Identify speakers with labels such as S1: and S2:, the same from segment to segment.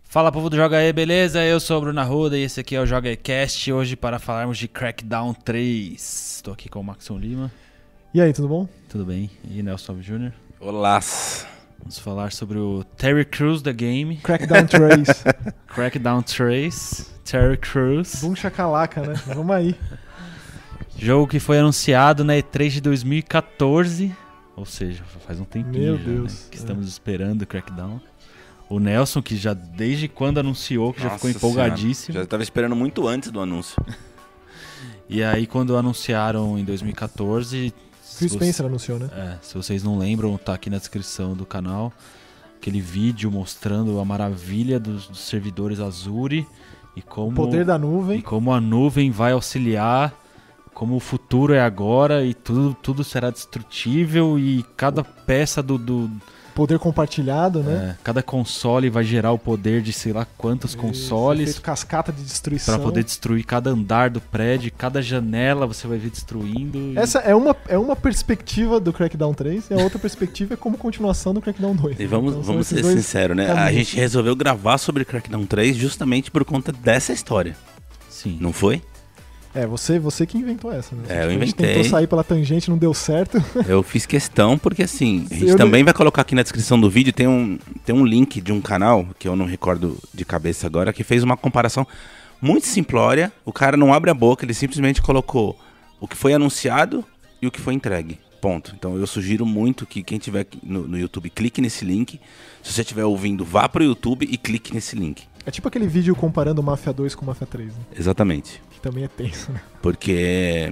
S1: Fala, povo do Joga aí, beleza? Eu sou o Bruno Arruda e esse aqui é o Joga aí Cast, hoje para falarmos de Crackdown 3. Estou aqui com o Maxon Lima.
S2: E aí, tudo bom?
S1: Tudo bem? E Nelson Jr.?
S3: Olá.
S1: Vamos falar sobre o Terry Crews The Game.
S2: Crackdown 3.
S1: Crackdown 3, Terry Crews.
S2: Boom chacalaca, né? Vamos aí.
S1: Jogo que foi anunciado na E3 de 2014, ou seja, faz um tempinho.
S2: Meu
S1: já,
S2: Deus.
S1: né, que estamos esperando o Crackdown. O Nelson, que já desde quando anunciou, que já ficou empolgadíssimo.
S3: Já estava esperando muito antes do anúncio.
S1: E aí quando anunciaram em 2014...
S2: Phil Spencer anunciou, né?
S1: Se vocês não lembram, tá aqui na descrição do canal. Aquele vídeo mostrando a maravilha dos servidores Azure e como...
S2: O poder da nuvem.
S1: E como a nuvem vai auxiliar, como o futuro é agora e tudo será destrutível e cada peça do
S2: poder compartilhado, né?
S1: Cada console vai gerar o poder de sei lá quantos consoles.
S2: Feito cascata de destruição.
S1: Para poder destruir cada andar do prédio, cada janela você vai ver destruindo.
S2: Essa é uma perspectiva do Crackdown 3 e a outra perspectiva é como continuação do Crackdown 2.
S3: E vamos ser sinceros, né?
S2: caminhos.
S3: A gente resolveu gravar sobre Crackdown 3 justamente por conta dessa história.
S1: Sim.
S3: Não foi?
S2: Você que inventou essa, né?
S3: Eu
S2: A gente
S3: inventei.
S2: tentou sair pela tangente, não deu certo.
S3: Eu fiz questão porque assim, a gente também vai colocar aqui na descrição do vídeo, tem um link de um canal, que eu não recordo de cabeça agora, que fez uma comparação muito simplória. O cara não abre a boca, ele simplesmente colocou o que foi anunciado e o que foi entregue. Ponto. Então eu sugiro muito que quem tiver no YouTube clique nesse link. Se você estiver ouvindo, vá pro YouTube e clique nesse link.
S2: É tipo aquele vídeo comparando Mafia 2 com Mafia 3, né?
S3: Exatamente.
S2: Que também é tenso, né?
S3: Porque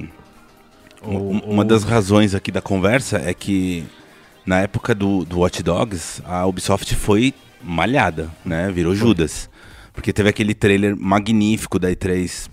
S3: uma das razões aqui da conversa é que na época do Watch Dogs, a Ubisoft foi malhada, né? Virou Judas. Porque teve aquele trailer magnífico da E3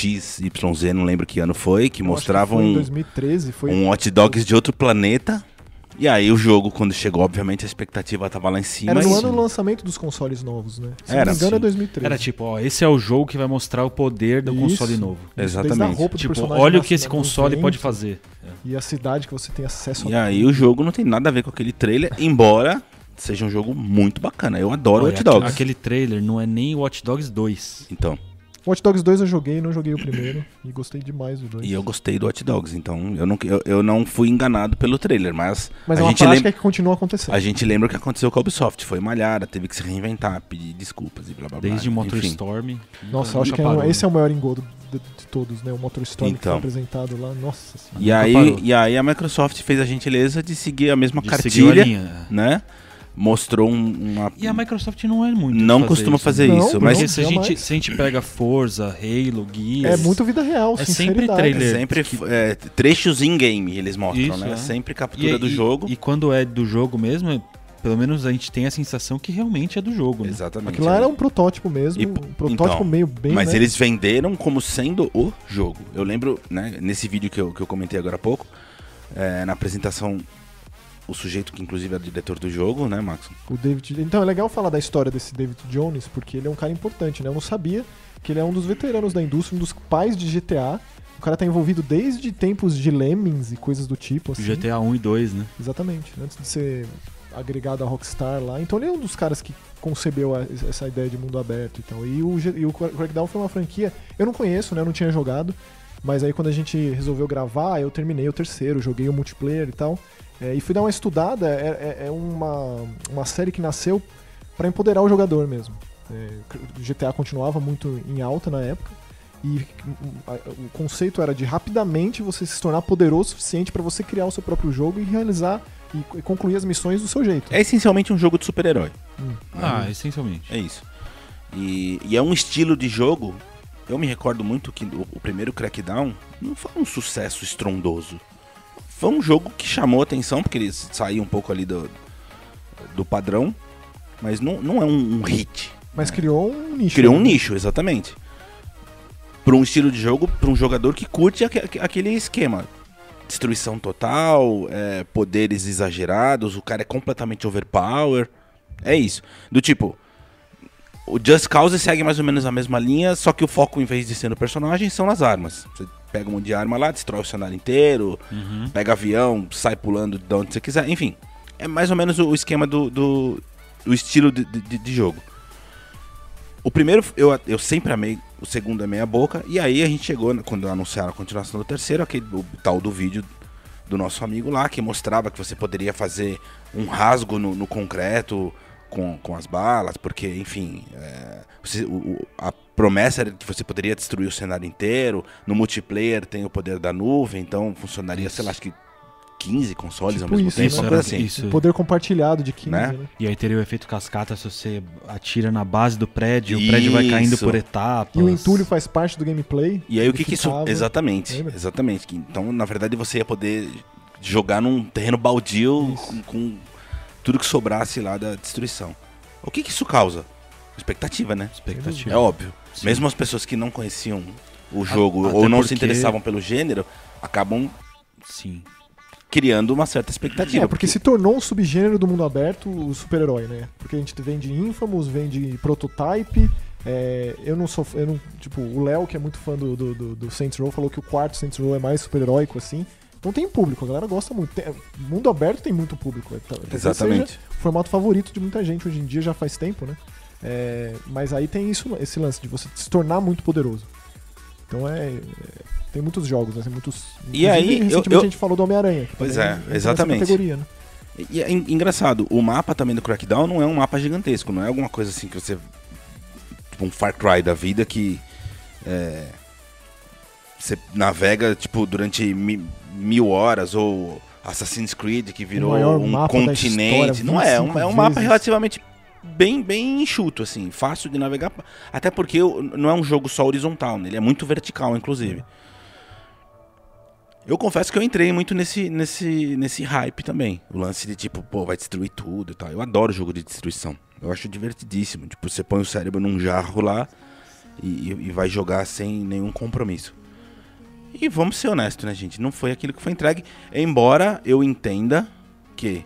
S3: XYZ, não lembro que ano foi, que mostrava
S2: em 2013,
S3: um Watch Dogs de outro planeta. E aí o jogo, quando chegou, obviamente a expectativa tava lá em cima.
S2: Era no ano do lançamento dos consoles novos, né? Se não me engano, é 2013.
S1: Era tipo, esse é o jogo que vai mostrar o poder do console novo.
S3: Exatamente.
S2: Desde a roupa do
S1: Tipo,
S2: personagem
S1: olha o que esse console pode
S2: vento,
S1: fazer.
S2: E a cidade que você tem acesso
S3: E aí o jogo não tem nada a ver com aquele trailer, embora seja um jogo muito bacana. Eu adoro Watch Dogs.
S1: Aquele trailer não é nem Watch Dogs 2.
S3: Então...
S2: Watch Dogs 2 eu joguei, não joguei o primeiro e gostei demais do 2.
S3: E eu gostei do Watch Dogs, então eu não fui enganado pelo trailer, mas
S2: é
S3: a
S2: uma
S3: gente
S2: prática que continua acontecendo.
S3: A gente lembra o que aconteceu com a Ubisoft, foi malhada, teve que se reinventar, pedir desculpas e blá blá blá.
S1: Desde o MotorStorm.
S2: Nossa, eu acho que esse é o maior engodo de todos, né? O MotorStorm que foi apresentado lá, nossa senhora.
S3: E aí a Microsoft fez a gentileza de seguir a mesma cartilha, né? Mostrou uma...
S1: E a Microsoft não é muito
S3: não costuma fazer isso,
S1: mas
S3: mas
S1: se a gente pega Forza, Halo, Gears...
S2: É muito vida real,
S1: sempre trailer.
S3: É sempre trechos in-game eles mostram,
S1: isso,
S3: né? Sempre captura do jogo.
S1: E quando é do jogo mesmo, pelo menos a gente tem a sensação que realmente é do jogo, né?
S3: Exatamente.
S2: Aquilo lá era um protótipo mesmo, um protótipo então, meio bem...
S3: Mas
S2: né?
S3: eles venderam como sendo o jogo. Eu lembro, né, nesse vídeo que eu comentei agora há pouco, na apresentação... O sujeito que inclusive é o diretor do jogo, né, Max?
S2: O David... Então é legal falar da história desse David Jones, porque ele é um cara importante, né? Eu não sabia que ele é um dos veteranos da indústria, um dos pais de GTA. O cara tá envolvido desde tempos de Lemmings e coisas do tipo, assim.
S1: GTA 1 e 2, né?
S2: Exatamente. Antes de ser agregado à Rockstar lá. Então ele é um dos caras que concebeu essa ideia de mundo aberto e tal. E o Crackdown foi uma franquia... Eu não conheço, né? Eu não tinha jogado. Mas aí quando a gente resolveu gravar, eu terminei o terceiro, joguei o multiplayer e tal... e fui dar uma estudada, é uma série que nasceu para empoderar o jogador mesmo. O GTA continuava muito em alta na época, e o conceito era de rapidamente você se tornar poderoso o suficiente para você criar o seu próprio jogo e realizar e concluir as missões do seu jeito.
S3: É essencialmente um jogo de super-herói.
S1: Essencialmente.
S3: É isso. E é um estilo de jogo, eu me recordo muito que o primeiro Crackdown não foi um sucesso estrondoso. Foi um jogo que chamou atenção, porque ele saiu um pouco ali do padrão, mas não é um hit.
S2: Mas criou um nicho.
S3: Criou um nicho, exatamente. Para um estilo de jogo, para um jogador que curte aquele esquema. Destruição total, poderes exagerados, o cara é completamente overpower. É isso. Do tipo, o Just Cause segue mais ou menos a mesma linha, só que o foco, em vez de ser no personagem, são nas armas. Você pega um monte de arma lá, destrói o cenário inteiro, pega avião, sai pulando de onde você quiser, enfim. É mais ou menos o esquema do estilo de jogo. O primeiro eu sempre amei, o segundo é meia boca, e aí a gente chegou, quando anunciaram a continuação do terceiro, o tal do vídeo do nosso amigo lá, que mostrava que você poderia fazer um rasgo no concreto com as balas, porque, enfim, a promessa era que você poderia destruir o cenário inteiro, no multiplayer tem o poder da nuvem, então funcionaria, sei lá, acho que 15 consoles
S2: Tipo
S3: ao mesmo
S2: isso,
S3: tempo,
S2: né?
S3: uma coisa assim.
S1: Isso.
S2: Poder compartilhado de 15,
S3: Né?
S2: né?
S1: E aí teria o efeito cascata se você atira na base do prédio, o prédio vai caindo
S3: Isso.
S1: por etapas.
S2: E o entulho faz parte do gameplay.
S3: E aí o que isso...
S2: ficava-
S3: Exatamente,
S2: Lembra?
S3: exatamente. Então, na verdade, você ia poder jogar num terreno baldio
S2: Isso.
S3: com tudo que sobrasse lá da destruição. O que isso causa? Expectativa, né?
S1: Expectativa.
S3: É óbvio.
S1: Sim.
S3: Mesmo as pessoas que não conheciam o jogo
S1: Até
S3: ou não se
S1: porque-
S3: interessavam pelo gênero, acabam
S1: Sim.
S3: criando uma certa expectativa.
S2: Porque se tornou um subgênero do mundo aberto, o super-herói, né? Porque a gente vem de Infamous, vem de Prototype. Tipo, o Léo, que é muito fã do Saints Row, falou que o quarto Saints Row é mais super-heróico, assim. Então tem público, a galera gosta muito. Mundo aberto tem muito público. Talvez
S3: Exatamente.
S2: seja o formato favorito de muita gente hoje em dia, já faz tempo, né? Mas aí tem esse lance de você se tornar muito poderoso. Então tem muitos jogos, né? Tem muitos.
S3: E aí,
S2: recentemente a gente falou do Homem-Aranha. que
S3: Pois
S2: também
S3: é,
S2: entra nessa
S3: exatamente.
S2: categoria, né?
S3: E é engraçado, o mapa também do Crackdown não é um mapa gigantesco, não é alguma coisa assim que você... Tipo um Far Cry da vida que... você navega, tipo, durante 1000 horas, ou Assassin's Creed, que virou
S2: O maior
S3: um
S2: mapa da
S3: continente.
S2: história,
S3: Não é,
S2: 25
S3: é um mapa
S2: vezes.
S3: relativamente bem enxuto, assim, fácil de navegar. Até porque não é um jogo só horizontal, né? Ele é muito vertical, inclusive. Eu confesso que eu entrei muito nesse hype também. O lance de tipo, pô, vai destruir tudo e tal. Eu adoro jogo de destruição. Eu acho divertidíssimo. Tipo, você põe o cérebro num jarro lá e vai jogar sem nenhum compromisso. E vamos ser honestos, né, gente? Não foi aquilo que foi entregue. Embora eu entenda que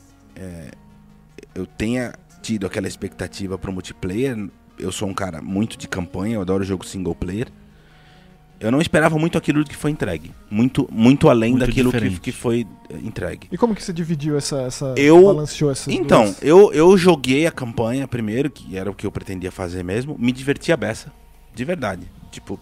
S3: eu tenha tido aquela expectativa pro multiplayer. Eu sou um cara muito de campanha, eu adoro jogo single player. Eu não esperava muito aquilo que foi entregue. Muito além
S1: Muito
S3: daquilo
S1: diferente.
S3: que foi entregue.
S2: E como que você dividiu balanceou essas
S3: Então,
S2: duas?
S3: eu joguei a campanha primeiro, que era o que eu pretendia fazer mesmo. Me diverti a beça. De verdade. Tipo,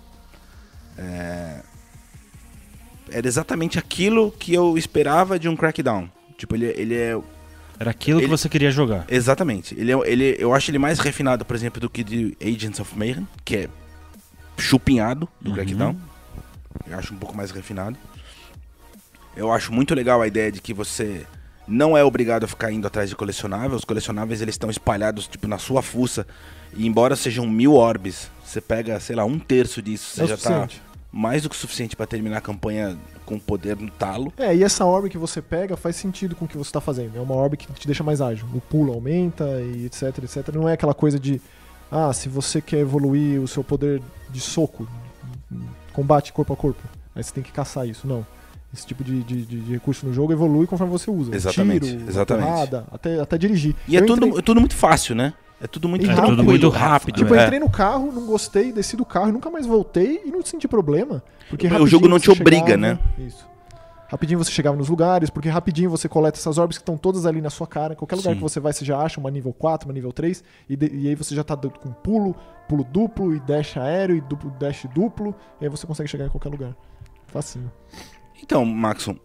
S3: era exatamente aquilo que eu esperava de um Crackdown. Tipo, ele é...
S1: Era aquilo que você queria jogar.
S3: Exatamente. Eu acho ele mais refinado, por exemplo, do que de Agents of Mayhem, que é chupinhado do Crackdown. Eu acho um pouco mais refinado. Eu acho muito legal a ideia de que você não é obrigado a ficar indo atrás de colecionáveis. Os colecionáveis, eles estão espalhados, tipo, na sua fuça. E embora sejam 1000 orbes, você pega, sei lá, 1/3 disso. Você já tá
S2: suficiente.
S3: mais do que suficiente pra terminar a campanha com poder no talo.
S2: E essa orb que você pega faz sentido com o que você tá fazendo. É uma orb que te deixa mais ágil. O pulo aumenta e etc, etc. Não é aquela coisa de... se você quer evoluir o seu poder de soco, combate corpo a corpo, aí você tem que caçar isso. Não. Esse tipo de recurso no jogo evolui conforme você usa.
S3: Exatamente,
S2: Tiro,
S3: exatamente.
S2: porrada, até dirigir.
S3: E é tudo muito fácil, né? É tudo muito
S2: É
S3: tranquilo,
S2: tudo muito
S1: rápido,
S2: Tipo, eu
S3: é.
S2: entrei no carro, não gostei, desci do carro e nunca mais voltei e não senti problema. Porque
S3: O
S2: rapidinho
S3: jogo não te
S2: você
S3: obriga,
S2: chegava-
S3: né?
S2: Isso. Rapidinho você chegava nos lugares, porque rapidinho você coleta essas orbes que estão todas ali na sua cara. Qualquer lugar
S1: Sim.
S2: que você vai, você já acha uma nível 4, uma nível 3, e aí você já tá com pulo duplo, e dash aéreo, e dash duplo, e aí você consegue chegar em qualquer lugar. Facinho.
S3: Então, Maxon,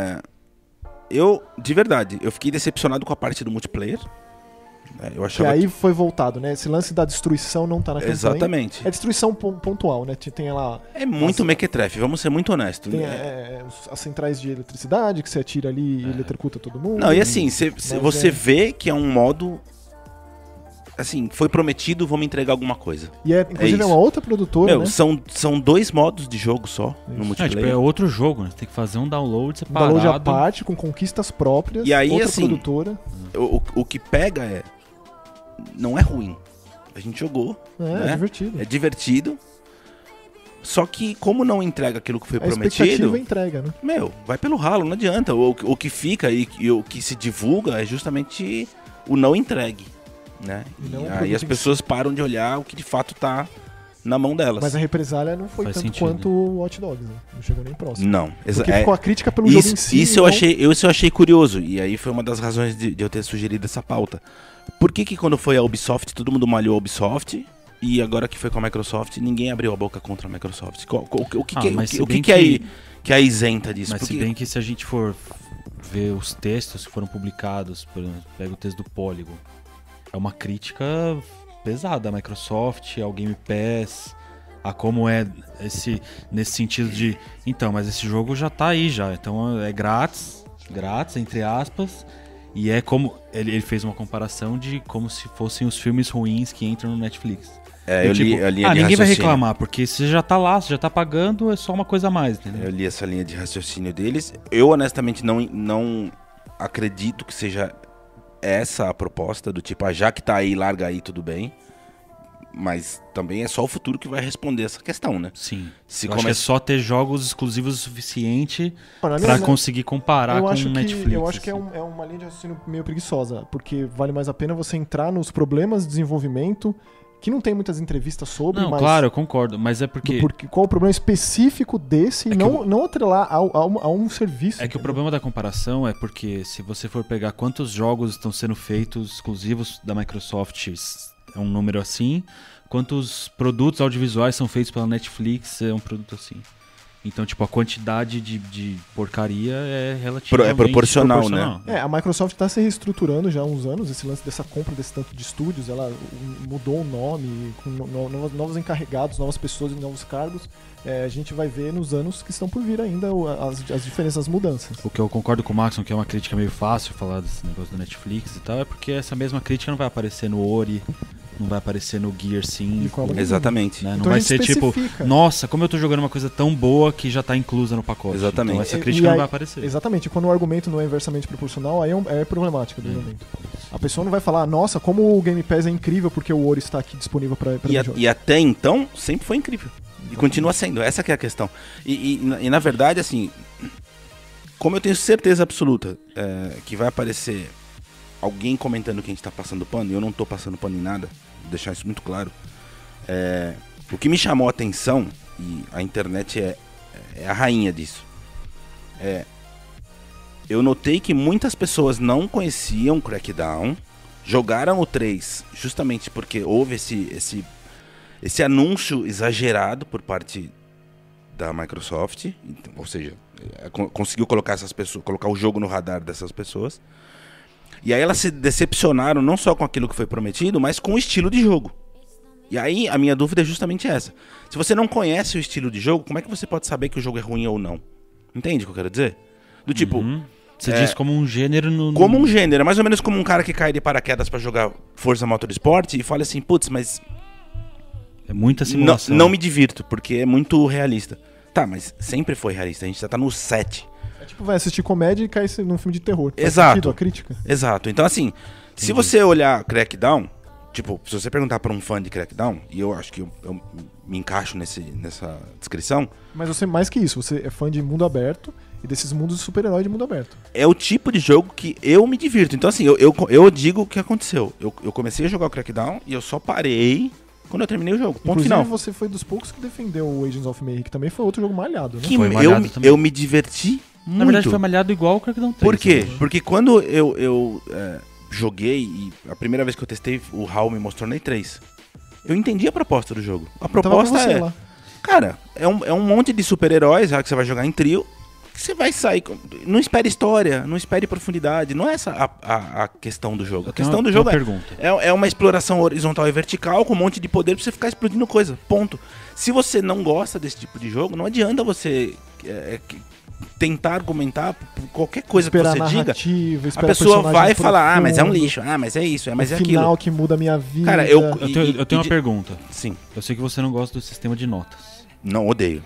S3: de verdade, eu fiquei decepcionado com a parte do multiplayer. Eu
S2: Que
S3: achava
S2: aí foi voltado, né? Esse lance da destruição não tá na campanha.
S3: Exatamente.
S2: É destruição pontual, né? Tem lá...
S3: É muito
S2: As-
S3: mequetrefe, vamos ser muito honestos.
S2: Tem as centrais de eletricidade, que você atira ali e eletrocuta todo mundo.
S3: Não, e assim,
S2: Mas
S3: você vê que é um modo... Assim, foi prometido, vamos entregar alguma coisa.
S2: E inclusive é
S3: isso.
S2: uma outra produtora,
S3: Meu,
S2: né?
S3: são 2 modos de jogo só no
S2: Isso.
S3: multiplayer.
S1: É outro jogo, né? Você tem que fazer um download
S2: Um
S1: separado.
S2: download à parte, com conquistas próprias,
S3: E aí,
S2: outra
S3: assim,
S2: produtora.
S3: O que pega não é ruim. A gente jogou,
S2: É
S3: né?
S2: divertido.
S3: É divertido. Só que como não entrega aquilo que foi
S2: A
S3: prometido,
S2: expectativa entrega, né?
S3: meu, vai pelo ralo, não adianta. O que fica e o que se divulga é justamente o não entregue, né?
S2: E não o
S3: E
S2: produto
S3: aí as
S2: em
S3: pessoas param de olhar o que de fato tá na mão delas.
S2: Mas a represália não foi
S1: Faz
S2: tanto
S1: sentido.
S2: quanto o Watch Dogs, né? Não chegou nem próximo.
S3: Não,
S2: Porque ficou a crítica pelo jogo em si.
S3: isso eu
S2: não-
S3: achei curioso. E aí foi uma das razões de eu ter sugerido essa pauta. Por que quando foi a Ubisoft, todo mundo malhou a Ubisoft? e agora que foi com a Microsoft, ninguém abriu a boca contra a Microsoft. O que é isenta disso?
S1: Mas se bem que se a gente for ver os textos que foram publicados, por exemplo, pega o texto do Polygon, é uma crítica pesada à Microsoft, ao Game Pass, a como é nesse sentido de, então, mas esse jogo já tá aí já, então é grátis, entre aspas, e é como, ele fez uma comparação de como se fossem os filmes ruins que entram no Netflix.
S3: Eu li
S1: ninguém vai reclamar, porque você já tá lá, você já tá pagando, é só uma coisa a mais, entendeu?
S3: Eu li essa linha de raciocínio deles. Eu, honestamente, não acredito que seja essa a proposta, do tipo, já que tá aí, larga aí, tudo bem. Mas também é só o futuro que vai responder essa questão, né?
S1: Sim. Acho que é só ter jogos exclusivos o suficiente pra conseguir comparar com o Netflix.
S2: Eu acho que é uma linha de raciocínio meio preguiçosa, porque vale mais a pena você entrar nos problemas de desenvolvimento, que não tem muitas entrevistas sobre,
S1: não,
S2: mas...
S1: claro, eu concordo, mas é porque
S2: qual o problema específico desse, não atrelar a um serviço.
S1: É que o problema da comparação é porque se você for pegar quantos jogos estão sendo feitos exclusivos da Microsoft, é um número assim, quantos produtos audiovisuais são feitos pela Netflix, é um produto assim. Então, tipo, a quantidade de porcaria é relativamente
S3: proporcional, né?
S2: A Microsoft está se reestruturando já há uns anos, esse lance dessa compra desse tanto de estúdios, ela mudou o nome, com novos encarregados, novas pessoas em novos cargos. A gente vai ver nos anos que estão por vir ainda as diferenças, as mudanças.
S1: O que eu concordo com o Maxon, que é uma crítica meio fácil falar desse negócio do Netflix e tal, é porque essa mesma crítica não vai aparecer no Ori, não vai aparecer no Gear 5.
S3: Exatamente.
S1: Né?
S2: Então
S1: não vai ser tipo, nossa, como eu tô jogando uma coisa tão boa que já tá inclusa no pacote.
S3: Exatamente.
S1: Então essa crítica não vai aparecer.
S2: Exatamente. Quando o argumento não é inversamente proporcional, aí é problemático do argumento. A pessoa não vai falar, nossa, como o Game Pass é incrível porque o Ori está aqui disponível para jogar.
S3: E até então, sempre foi incrível. E continua sendo. Essa que é a questão. E na verdade, assim, como eu tenho certeza absoluta que vai aparecer alguém comentando que a gente tá passando pano, e eu não tô passando pano em nada, vou deixar isso muito claro. O que me chamou a atenção, e a internet é a rainha disso, eu notei que muitas pessoas não conheciam Crackdown, jogaram o 3 justamente porque houve esse anúncio exagerado por parte da Microsoft, então, ou seja, conseguiu colocar o jogo no radar dessas pessoas. E aí elas se decepcionaram não só com aquilo que foi prometido, mas com o estilo de jogo. E aí a minha dúvida é justamente essa. Se você não conhece o estilo de jogo, como é que você pode saber que o jogo é ruim ou não? Entende o que eu quero dizer? Do tipo...
S1: Você diz como um gênero
S3: Como um gênero, é mais ou menos como um cara que cai de paraquedas pra jogar Forza Motorsport e fala assim, putz, mas...
S1: É muita simulação.
S3: Não me divirto, porque é muito realista. Tá, mas sempre foi realista, a gente já tá no 7.
S2: Tipo, vai assistir comédia e cair num filme de terror.
S3: Exato.
S2: Sentido, a crítica?
S3: Exato. Então, assim, se você olhar Crackdown, tipo, se você perguntar pra um fã de Crackdown, e eu acho que eu me encaixo nessa descrição...
S2: Mas você, mais que isso, você é fã de mundo aberto e desses mundos de super-herói de mundo aberto.
S3: É o tipo de jogo que eu me divirto. Então, assim, eu digo o que aconteceu. Eu comecei a jogar o Crackdown e eu só parei quando eu terminei o jogo. Ponto
S2: Inclusive,
S3: final.
S2: Você foi dos poucos que defendeu o Agents of Mayhem, que também foi outro jogo malhado, né?
S3: Que
S1: Foi malhado também.
S3: eu me diverti muito.
S1: Na verdade, foi malhado igual o Crackdown 3.
S3: Por quê?
S1: Né?
S3: Porque quando eu joguei, e a primeira vez que eu testei, o Raul me mostrou na E3, eu entendi a proposta do jogo. A proposta é... Cara, é um monte de super-heróis, já que você vai jogar em trio, que você vai sair... Não espere história, não espere profundidade. Não é essa a questão do jogo. A questão do jogo é uma exploração horizontal e vertical com um monte de poder pra você ficar explodindo coisa. Ponto. Se você não gosta desse tipo de jogo, não adianta você... tentar argumentar por qualquer coisa que você diga, a pessoa vai falar, mas é um lixo, mas é isso, mas é aquilo.
S2: Final que muda a minha vida.
S3: Cara,
S1: eu tenho uma pergunta.
S3: Sim.
S1: Eu sei que você não gosta do sistema de notas.
S3: Não, odeio.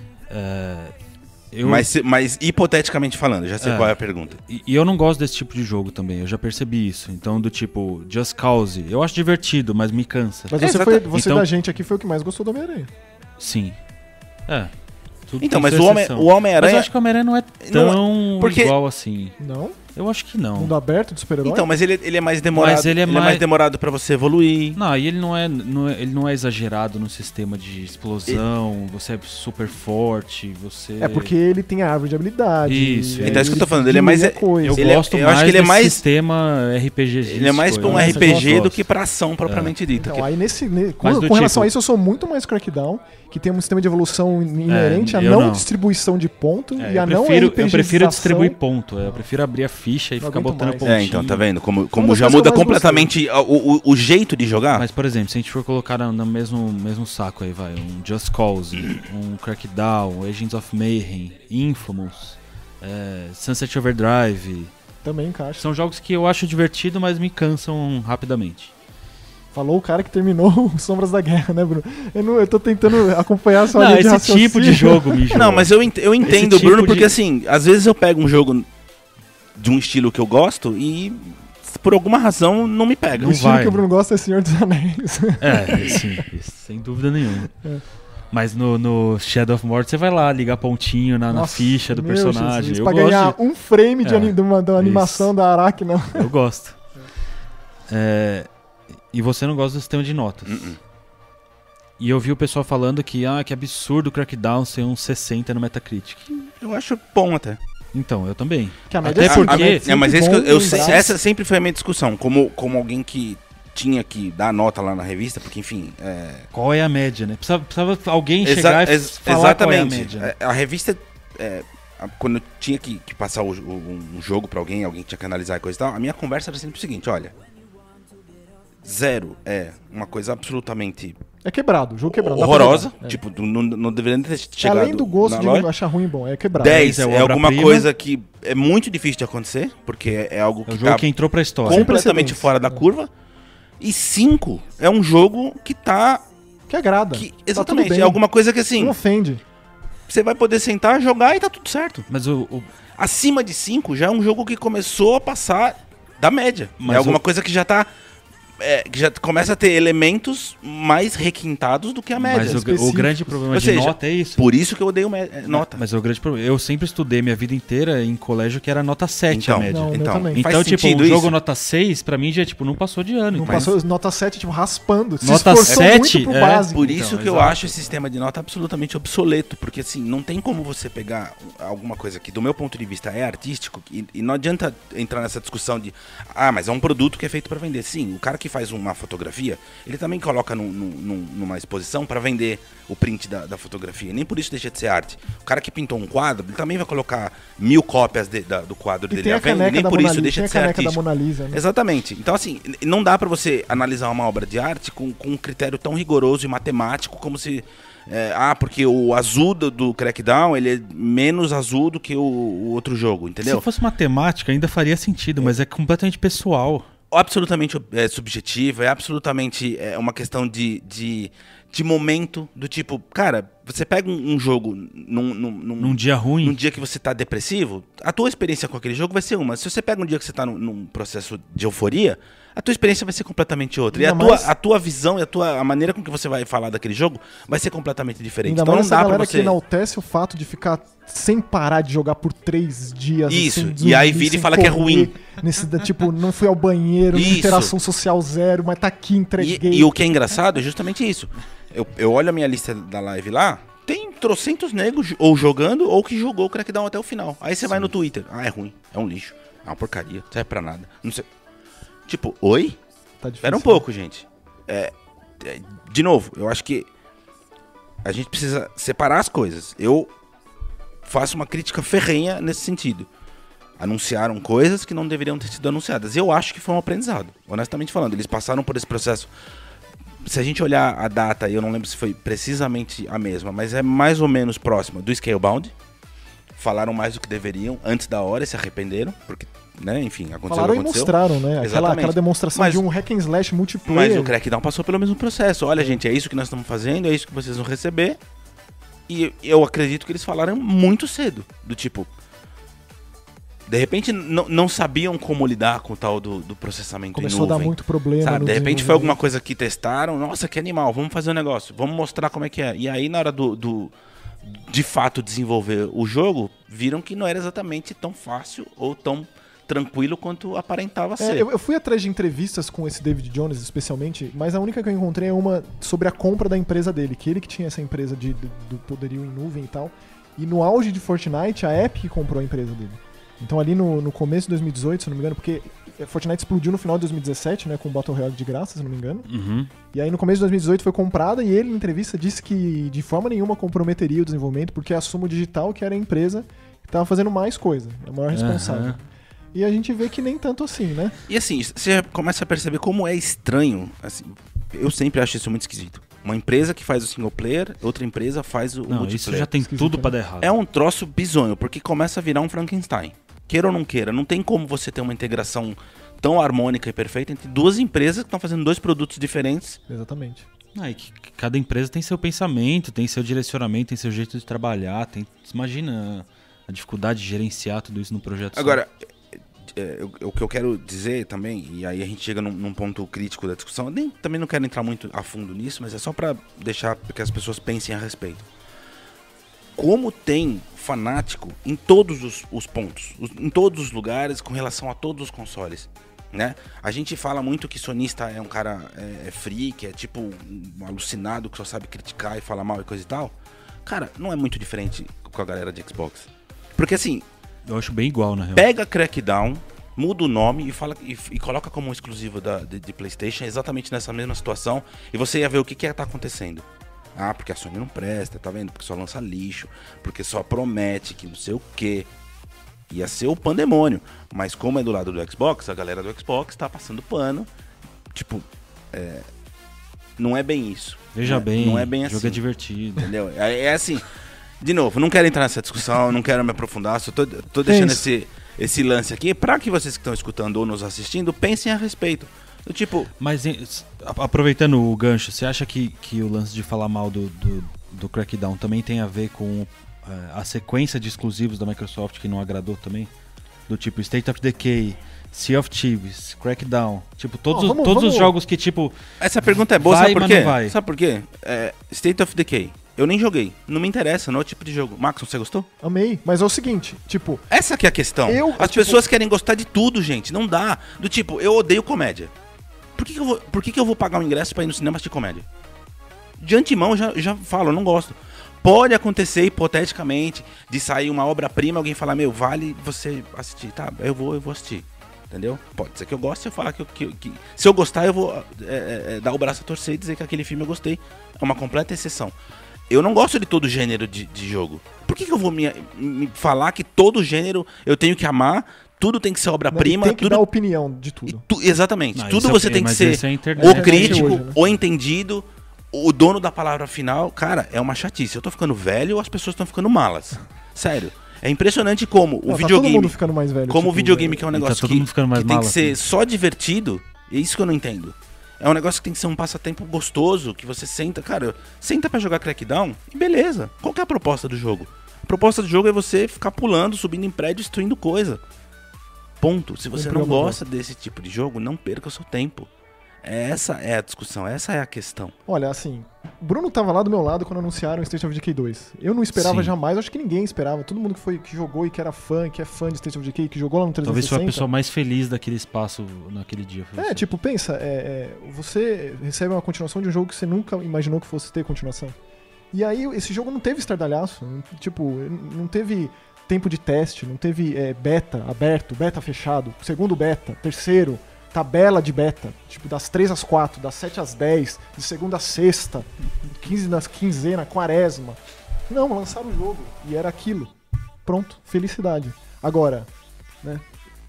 S3: Mas hipoteticamente falando, já sei qual é a pergunta.
S1: E eu não gosto desse tipo de jogo também, eu já percebi isso. Então, do tipo, Just Cause, eu acho divertido, mas me cansa.
S2: Mas você da gente aqui foi o que mais gostou do Homem-Aranha.
S1: Sim.
S3: Então, mas o Homem-Aranha...
S1: Mas eu acho que o Homem-Aranha não é tão igual assim.
S2: Não?
S1: Eu acho que não.
S2: Mundo aberto de super-herói?
S3: Então, mas ele é mais demorado.
S1: Mas ele é
S3: mais
S1: mais
S3: demorado pra você evoluir.
S1: Não, e ele ele não é exagerado no sistema de explosão, você é super forte, você...
S2: É porque ele tem a árvore de habilidade.
S1: Isso,
S3: então é isso que eu tô falando, ele é mais-
S2: Coisa.
S1: Eu
S3: Ele é-
S1: gosto
S3: eu
S1: mais
S3: acho que ele é
S1: desse
S3: mais-
S1: sistema RPG.
S3: Ele é mais pra um
S2: Nossa,
S3: RPG
S1: eu
S3: do que pra ação propriamente dita.
S2: Então, aí com
S1: Mas do
S2: relação
S1: tipo-
S2: a isso, eu sou muito mais Crackdown, que tem um sistema de evolução inerente à
S1: eu
S2: não,
S1: não.
S2: distribuição de ponto e a
S1: eu
S2: não
S1: prefiro
S2: RPGização.
S1: distribuir ponto. Eu prefiro abrir a ficha e
S2: Não
S1: ficar
S2: aguento
S1: botando
S2: mais.
S1: pontinho.
S3: Então, tá vendo? Como
S2: das
S3: já
S2: coisas
S3: muda
S2: que eu mais
S3: completamente o jeito de jogar.
S1: Mas, por exemplo, se a gente for colocar no mesmo saco aí, vai, um Just Cause, um Crackdown, Agents of Mayhem, Infamous, Sunset Overdrive,
S2: Também encaixa.
S1: são jogos que eu acho divertido, mas me cansam rapidamente.
S2: Falou o cara que terminou o Sombras da Guerra, né, Bruno? Eu tô tentando acompanhar a sua
S1: Não,
S2: linha de
S1: esse tipo de
S2: raciocínio.
S1: jogo me joga.
S3: Não, mas eu entendo,
S1: tipo
S3: Bruno, porque
S1: de-
S3: assim, às vezes eu pego um jogo de um estilo que eu gosto e por alguma razão não me pega.
S2: O estilo
S1: vai.
S2: que o Bruno gosta é Senhor dos Anéis.
S1: Sim, isso, sem dúvida nenhuma.
S2: É.
S1: Mas no Shadow of Mordor você vai lá ligar pontinho na
S2: Nossa,
S1: ficha do
S2: meu
S1: personagem.
S2: Jesus,
S1: Eu
S2: pra
S1: gosto,
S2: ganhar um frame
S1: É,
S2: da animação da Arachne.
S1: eu gosto. E você não gosta do sistema de notas. E eu vi o pessoal falando que absurdo o Crackdown ser um 60 no Metacritic.
S3: Eu acho bom até.
S1: Então, eu também.
S2: Que a média
S1: Até
S2: é
S1: porque-
S2: sempre
S3: mas esse
S2: bom
S3: que eu
S2: lembrar.
S3: essa sempre foi a minha discussão. Como alguém que tinha que dar nota lá na revista, porque enfim.
S1: Qual é a média, né? Precisava alguém chegar e falar
S3: exatamente.
S1: qual é a média. né?
S3: A revista. Quando eu tinha que passar um jogo pra alguém tinha que analisar e coisa e tal, a minha conversa era sempre o seguinte: olha. 0 é uma coisa absolutamente
S2: É quebrado, o jogo quebrado. dá pra
S3: horrorosa.
S2: jogar. É.
S3: Tipo, não deveria ter chegado.
S2: Além do gosto
S3: na
S2: de
S3: loja.
S2: achar ruim e bom, é quebrado.
S3: 10
S1: é
S3: é
S1: obra-prima.
S3: alguma coisa que é muito difícil de acontecer, porque é algo
S1: É
S3: que
S1: o jogo
S3: tá
S1: que entrou pra história.
S2: Sem
S3: completamente
S2: precedentes.
S3: fora da curva. E 5 é um jogo que tá.
S2: Que agrada.
S3: Que,
S2: Tá
S3: exatamente,
S2: tudo bem.
S3: é alguma coisa que assim,
S2: Não ofende.
S3: você vai poder sentar, jogar e tá tudo certo.
S1: Mas
S3: Acima de 5 já é um jogo que começou a passar da média.
S1: Mas
S3: é alguma coisa que já tá. Que já começa a ter elementos mais requintados do que a média.
S1: Mas o
S2: específicos.
S1: grande problema
S3: Ou
S1: de
S3: seja,
S1: nota é isso.
S3: Por isso que eu odeio nota.
S1: Mas o grande problema. Eu sempre estudei minha vida inteira em colégio que era nota 7
S3: Então,
S1: a média.
S2: Não, o meu
S3: então,
S2: também.
S3: faz
S1: Então, tipo,
S3: sentido
S1: um jogo
S3: isso?
S1: nota 6, pra mim, já tipo, não passou de ano.
S2: Não
S1: então.
S2: passou nota 7, tipo, raspando. Se
S1: Nota
S2: esforçou
S1: 7,
S2: muito pro
S1: é,
S2: básico.
S3: Por isso
S1: Então,
S3: que eu
S1: exato.
S3: acho esse sistema de nota absolutamente obsoleto, porque assim, não tem como você pegar alguma coisa que do meu ponto de vista é artístico e não adianta entrar nessa discussão de mas é um produto que é feito para vender. Sim, o cara que faz uma fotografia, ele também coloca numa exposição para vender o print da fotografia, nem por isso deixa de ser arte. O cara que pintou um quadro, ele também vai colocar 1000 cópias do quadro
S2: E
S3: dele
S2: tem
S3: à
S2: a
S3: venda,
S2: caneca
S3: nem
S2: da
S3: por
S2: Mona
S3: isso
S2: Lisa.
S3: deixa
S2: Tem
S3: de
S2: a
S3: ser
S2: caneca da
S3: artístico.
S2: Mona Lisa, né?
S3: Exatamente. Então, assim, não dá pra você analisar uma obra de arte com um critério tão rigoroso e matemático como se... porque o azul do Crackdown, ele é menos azul do que o outro jogo, entendeu?
S1: Se fosse matemática, ainda faria sentido, mas é completamente pessoal.
S3: Absolutamente subjetivo, é absolutamente uma questão de momento, do tipo, cara, você pega um jogo
S1: Num dia ruim.
S3: num dia que você tá depressivo, a tua experiência com aquele jogo vai ser uma. Se você pega um dia que você tá num processo de euforia, a tua experiência vai ser completamente outra. E
S2: Ainda mais-
S3: a tua visão e a maneira com que você vai falar daquele jogo vai ser completamente diferente.
S2: Ainda
S3: Então
S2: mais
S3: não
S2: essa
S3: dá pra
S2: galera que
S3: você...
S2: enaltece o fato de ficar sem parar de jogar por 3 dias.
S3: Isso,
S2: sem
S3: e aí
S2: dormir,
S3: vira e
S2: sem
S3: fala que é
S2: comer,
S3: ruim.
S2: Tipo, não fui ao banheiro,
S3: Isso.
S2: interação social zero, mas tá aqui, entreguei.
S3: E o que é engraçado é justamente isso. Eu olho a minha lista da live lá, tem trocentos negros ou jogando ou que jogou o Crackdown até o final. Aí você vai no Twitter, é ruim, é um lixo, é uma porcaria, não serve pra nada. Não sei. Tipo, oi?
S2: Tá difícil,
S3: Espera um pouco, gente. De novo, eu acho que a gente precisa separar as coisas. Eu faço uma crítica ferrenha nesse sentido. Anunciaram coisas que não deveriam ter sido anunciadas. Eu acho que foi um aprendizado, honestamente falando. Eles passaram por esse processo. Se a gente olhar a data, eu não lembro se foi precisamente a mesma, mas é mais ou menos próxima do Scalebound. Falaram mais do que deveriam antes da hora e se arrependeram, porque, né, enfim, aconteceu
S2: Falaram
S3: o que
S2: e
S3: aconteceu.
S2: mostraram, né?
S3: Exatamente.
S2: Aquela demonstração
S3: Mas-
S2: de um hack and slash multiplayer.
S3: Mas o Crackdown passou pelo mesmo processo. Olha, gente, é isso que nós estamos fazendo, é isso que vocês vão receber. E eu acredito que eles falaram muito cedo. Do tipo... De repente, não sabiam como lidar com o tal do processamento
S2: Começou
S3: em
S2: a dar
S3: nuvem.
S2: muito problema.
S3: Sabe?
S2: no
S3: De repente foi
S2: desenvolvimento.
S3: alguma coisa que testaram. Nossa, que animal, vamos fazer um negócio. Vamos mostrar como é que é. E aí, na hora de fato desenvolver o jogo, viram que não era exatamente tão fácil ou tão tranquilo quanto aparentava ser.
S2: Eu fui atrás de entrevistas com esse David Jones, especialmente, mas a única que eu encontrei é uma sobre a compra da empresa dele, que ele que tinha essa empresa do poderio em nuvem e tal. E no auge de Fortnite, a Epic comprou a empresa dele. Então ali no começo de 2018, se eu não me engano, porque Fortnite explodiu no final de 2017, né, com o Battle Royale de graça, se eu não me engano.
S1: Uhum.
S2: E aí no começo de 2018 foi comprada e ele, em entrevista, disse que de forma nenhuma comprometeria o desenvolvimento, porque a Sumo Digital, que era a empresa que estava fazendo mais coisa, a maior responsável. E a gente vê que nem tanto assim, né?
S3: E assim, você começa a perceber como é estranho. Assim, eu sempre acho isso muito esquisito. Uma empresa que faz o single player, outra empresa faz o multiplayer.
S1: Isso já tem tudo pra dar errado.
S3: É um troço bizonho, porque começa a virar um Frankenstein. Queira ou não queira, não tem como você ter uma integração tão harmônica e perfeita entre duas empresas que estão fazendo dois produtos diferentes.
S2: Exatamente.
S1: E que cada empresa tem seu pensamento, tem seu direcionamento, tem seu jeito de trabalhar. Você imagina a dificuldade de gerenciar tudo isso no projeto.
S3: Agora, o que eu quero dizer também, e aí a gente chega num ponto crítico da discussão, também não quero entrar muito a fundo nisso, mas é só para deixar que as pessoas pensem a respeito. Como tem fanático em todos os pontos, em todos os lugares, com relação a todos os consoles, né? A gente fala muito que sonista é um cara freak, é tipo um alucinado que só sabe criticar e falar mal e coisa e tal. Cara, não é muito diferente com a galera de Xbox. Porque assim...
S1: Eu acho bem igual, na real.
S3: Pega Crackdown, muda o nome e coloca como um exclusivo de PlayStation, exatamente nessa mesma situação, e você ia ver o que tá acontecendo. Ah, porque a Sony não presta, tá vendo? Porque só lança lixo, porque só promete que não sei o quê. Ia ser o pandemônio. Mas como é do lado do Xbox, a galera do Xbox tá passando pano. Tipo, não é bem isso.
S1: Veja bem,
S3: não é bem
S1: o jogo
S3: assim,
S1: é divertido.
S3: Entendeu? É assim, de novo, não quero entrar nessa discussão, não quero me aprofundar, só tô deixando esse lance aqui pra que vocês que estão escutando ou nos assistindo pensem a respeito. Tipo...
S1: Mas aproveitando o gancho, você acha que o lance de falar mal do Crackdown também tem a ver com a sequência de exclusivos da Microsoft que não agradou também? Do tipo State of Decay, Sea of Thieves, Crackdown, tipo todos os jogos que tipo...
S3: Essa pergunta é boa,
S1: vai,
S3: sabe por
S1: mas
S3: quê?
S1: não vai.
S3: Sabe por quê? State of Decay, eu nem joguei, não me interessa, não é o tipo de jogo. Maxon, você gostou?
S2: Amei, mas é o seguinte, tipo...
S3: Essa que é a questão. As pessoas querem gostar de tudo, gente, não dá. Do tipo, eu odeio comédia. Por que eu vou pagar um ingresso pra ir no cinema assistir comédia? De antemão, já falo, eu não gosto. Pode acontecer, hipoteticamente, de sair uma obra-prima, alguém falar, vale você assistir. Tá, eu vou assistir. Entendeu? Pode ser que eu goste, eu falar que se eu gostar, eu vou dar o braço a torcer e dizer que aquele filme eu gostei. É uma completa exceção. Eu não gosto de todo gênero de jogo. Por que eu vou me falar que todo gênero eu tenho que amar? Tudo tem que ser obra-prima.
S2: Tem que dar opinião de tudo.
S3: Exatamente.
S1: Não,
S3: tudo você tem que ser o crítico, o entendido, o dono da palavra final. Cara, é uma chatice. Eu tô ficando velho, as pessoas estão ficando malas. Sério. É impressionante como o videogame... Tá todo mundo
S2: ficando mais velho.
S3: Como o videogame, que é um negócio que tem que ser
S1: assim.
S3: só divertido. É isso que eu não entendo. É um negócio que tem que ser um passatempo gostoso, que você senta... Cara, senta pra jogar Crackdown e beleza. Qual que é a proposta do jogo? A proposta do jogo é você ficar pulando, subindo em prédio, destruindo coisa. Ponto. Se você não gosta desse tipo de jogo, não perca o seu tempo. Essa é a discussão, essa é a questão.
S2: Olha, assim, Bruno tava lá do meu lado quando anunciaram o State of Decay 2. Eu não esperava jamais, acho que ninguém esperava. Todo mundo que jogou e que era fã, que é fã de State of Decay, que jogou lá no 360.
S1: Talvez foi a pessoa mais feliz daquele espaço naquele dia.
S2: Tipo, pensa, você recebe uma continuação de um jogo que você nunca imaginou que fosse ter continuação. E aí, esse jogo não teve estardalhaço, tipo, não teve tempo de teste, não teve beta aberto, beta fechado, segundo beta, terceiro, tabela de beta, tipo das 3 às 4, das 7 às 10, de segunda a sexta, 15 nas quinzena, quaresma. Não, lançaram o jogo e era aquilo. Pronto, felicidade. Agora, né?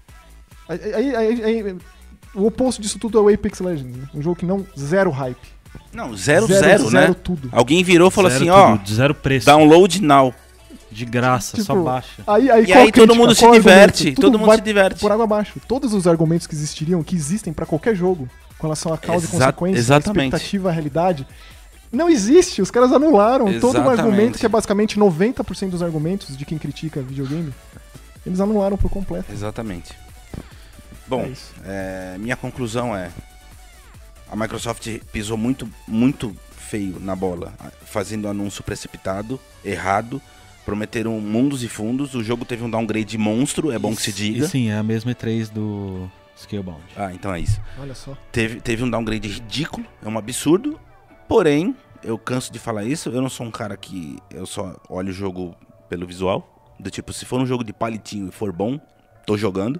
S2: Aí, o oposto disso tudo é o Apex Legends, né? Um jogo que não, zero hype.
S3: Não, zero, né?
S2: Tudo.
S3: Alguém virou e falou assim,
S1: zero preço.
S3: Download now.
S1: De graça, só baixa.
S3: E aí todo mundo se diverte, todo mundo se diverte.
S2: Por água abaixo. Todos os argumentos que existiriam, que existem pra qualquer jogo, com relação a causa e consequência, expectativa, a realidade, não existe. Os caras anularam todo o argumento, que é basicamente 90% dos argumentos de quem critica videogame. Eles anularam por completo.
S3: Exatamente. Bom, minha conclusão é: a Microsoft pisou muito, muito feio na bola, fazendo anúncio precipitado, errado, Prometeram mundos e fundos. O jogo teve um downgrade monstro, é bom que se diga.
S1: E sim, é a mesma E3 do Scalebound.
S3: Ah, então é isso.
S2: Olha só.
S3: Teve um downgrade ridículo, é um absurdo. Porém, eu canso de falar isso, eu não sou um cara que eu só olho o jogo pelo visual. Do tipo, se for um jogo de palitinho e for bom, tô jogando.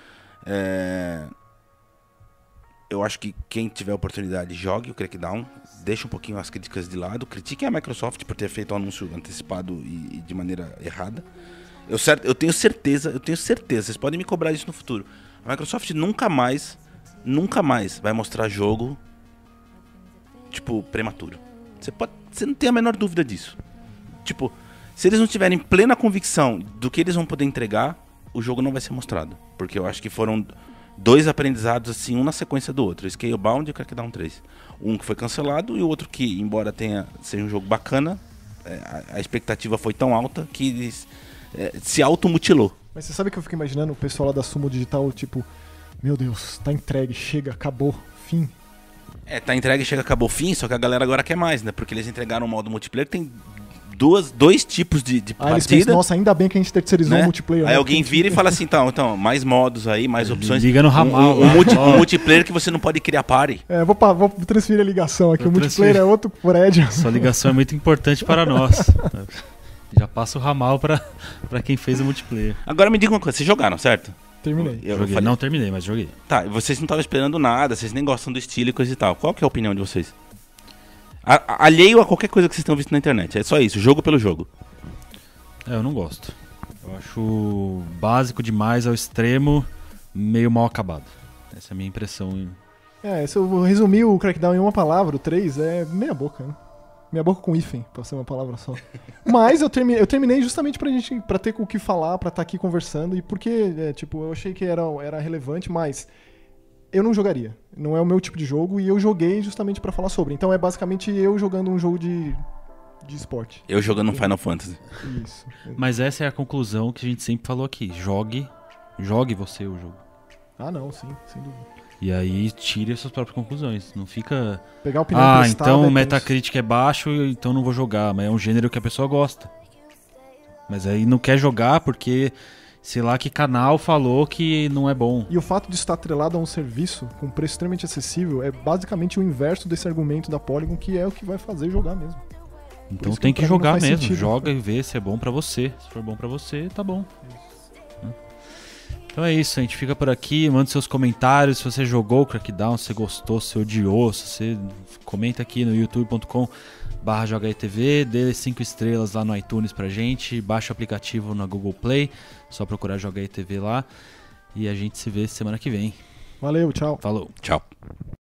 S3: Eu acho que quem tiver oportunidade, jogue o Crackdown. Deixa um pouquinho as críticas de lado. Critiquem a Microsoft por ter feito o anúncio antecipado e de maneira errada. Eu tenho certeza, vocês podem me cobrar isso no futuro. A Microsoft nunca mais vai mostrar jogo, tipo, prematuro. Você não tem a menor dúvida disso. Tipo, se eles não tiverem plena convicção do que eles vão poder entregar, o jogo não vai ser mostrado. Porque eu acho que foram 2 aprendizados, assim, um na sequência do outro. Scalebound e Crackdown 3. Um que foi cancelado e o outro que, embora seja um jogo bacana, a expectativa foi tão alta que se automutilou.
S2: Mas você sabe que eu fico imaginando o pessoal lá da Sumo Digital, tipo, meu Deus, tá entregue, chega, acabou, fim.
S3: Tá entregue, chega, acabou, fim, só que a galera agora quer mais, né? Porque eles entregaram um modo multiplayer que tem dois tipos de
S2: Eles
S3: partida.
S2: pensam, nossa, ainda bem que a gente terceirizou
S3: né?
S2: o multiplayer.
S3: Aí
S2: né?
S3: alguém vira e fala assim, então, mais modos aí, mais opções.
S1: Liga no ramal.
S3: Um multiplayer que você não pode criar party.
S2: Vou transferir a ligação aqui,
S1: Vou
S2: o multiplayer é outro prédio.
S1: Sua ligação é muito importante para nós. Já passa o ramal pra quem fez o multiplayer.
S3: Agora me diga uma coisa, vocês jogaram, certo?
S2: Terminei.
S1: Joguei. Não terminei, mas joguei.
S3: Tá, vocês não estavam esperando nada, vocês nem gostam do estilo e coisa e tal. Qual que é a opinião de vocês? Alheio a qualquer coisa que vocês tenham visto na internet. É só isso, jogo pelo jogo.
S1: Eu não gosto. Eu acho básico demais ao extremo, meio mal acabado. Essa é a minha impressão.
S2: Se eu resumir o Crackdown em uma palavra, o 3 é meia boca, né? Meia boca com hífen, pra ser uma palavra só. Mas eu terminei justamente pra ter com o que falar, pra estar aqui conversando, e porque, eu achei que era relevante, mas eu não jogaria. Não é o meu tipo de jogo, e eu joguei justamente pra falar sobre. Então é basicamente eu jogando um jogo de esporte.
S3: Eu jogando um Final Fantasy.
S2: Isso.
S1: Mas essa é a conclusão que a gente sempre falou aqui. Jogue você o jogo.
S2: Ah, não, sim, sem dúvida.
S1: E aí tire as suas próprias conclusões. Não fica...
S2: Pegar a opinião emprestada,
S1: então o Metacritic é baixo, então não vou jogar. Mas é um gênero que a pessoa gosta. Mas aí não quer jogar porque, sei lá, que canal falou que não é bom.
S2: E o fato de estar atrelado a um serviço com preço extremamente acessível é basicamente o inverso desse argumento da Polygon, que é o que vai fazer jogar mesmo.
S1: Então tem que jogar mesmo.
S2: Sentido.
S1: Joga e vê se é bom pra você. Se for bom pra você, tá bom. Então é isso, a gente fica por aqui. Manda seus comentários. Se você jogou o Crackdown, se você gostou, se você odiou, se você comenta aqui no youtube.com/jogaetv, dê 5 estrelas lá no iTunes pra gente. Baixa o aplicativo na Google Play. Só procurar Jogaetv lá. E a gente se vê semana que vem.
S2: Valeu, tchau.
S1: Falou.
S3: Tchau.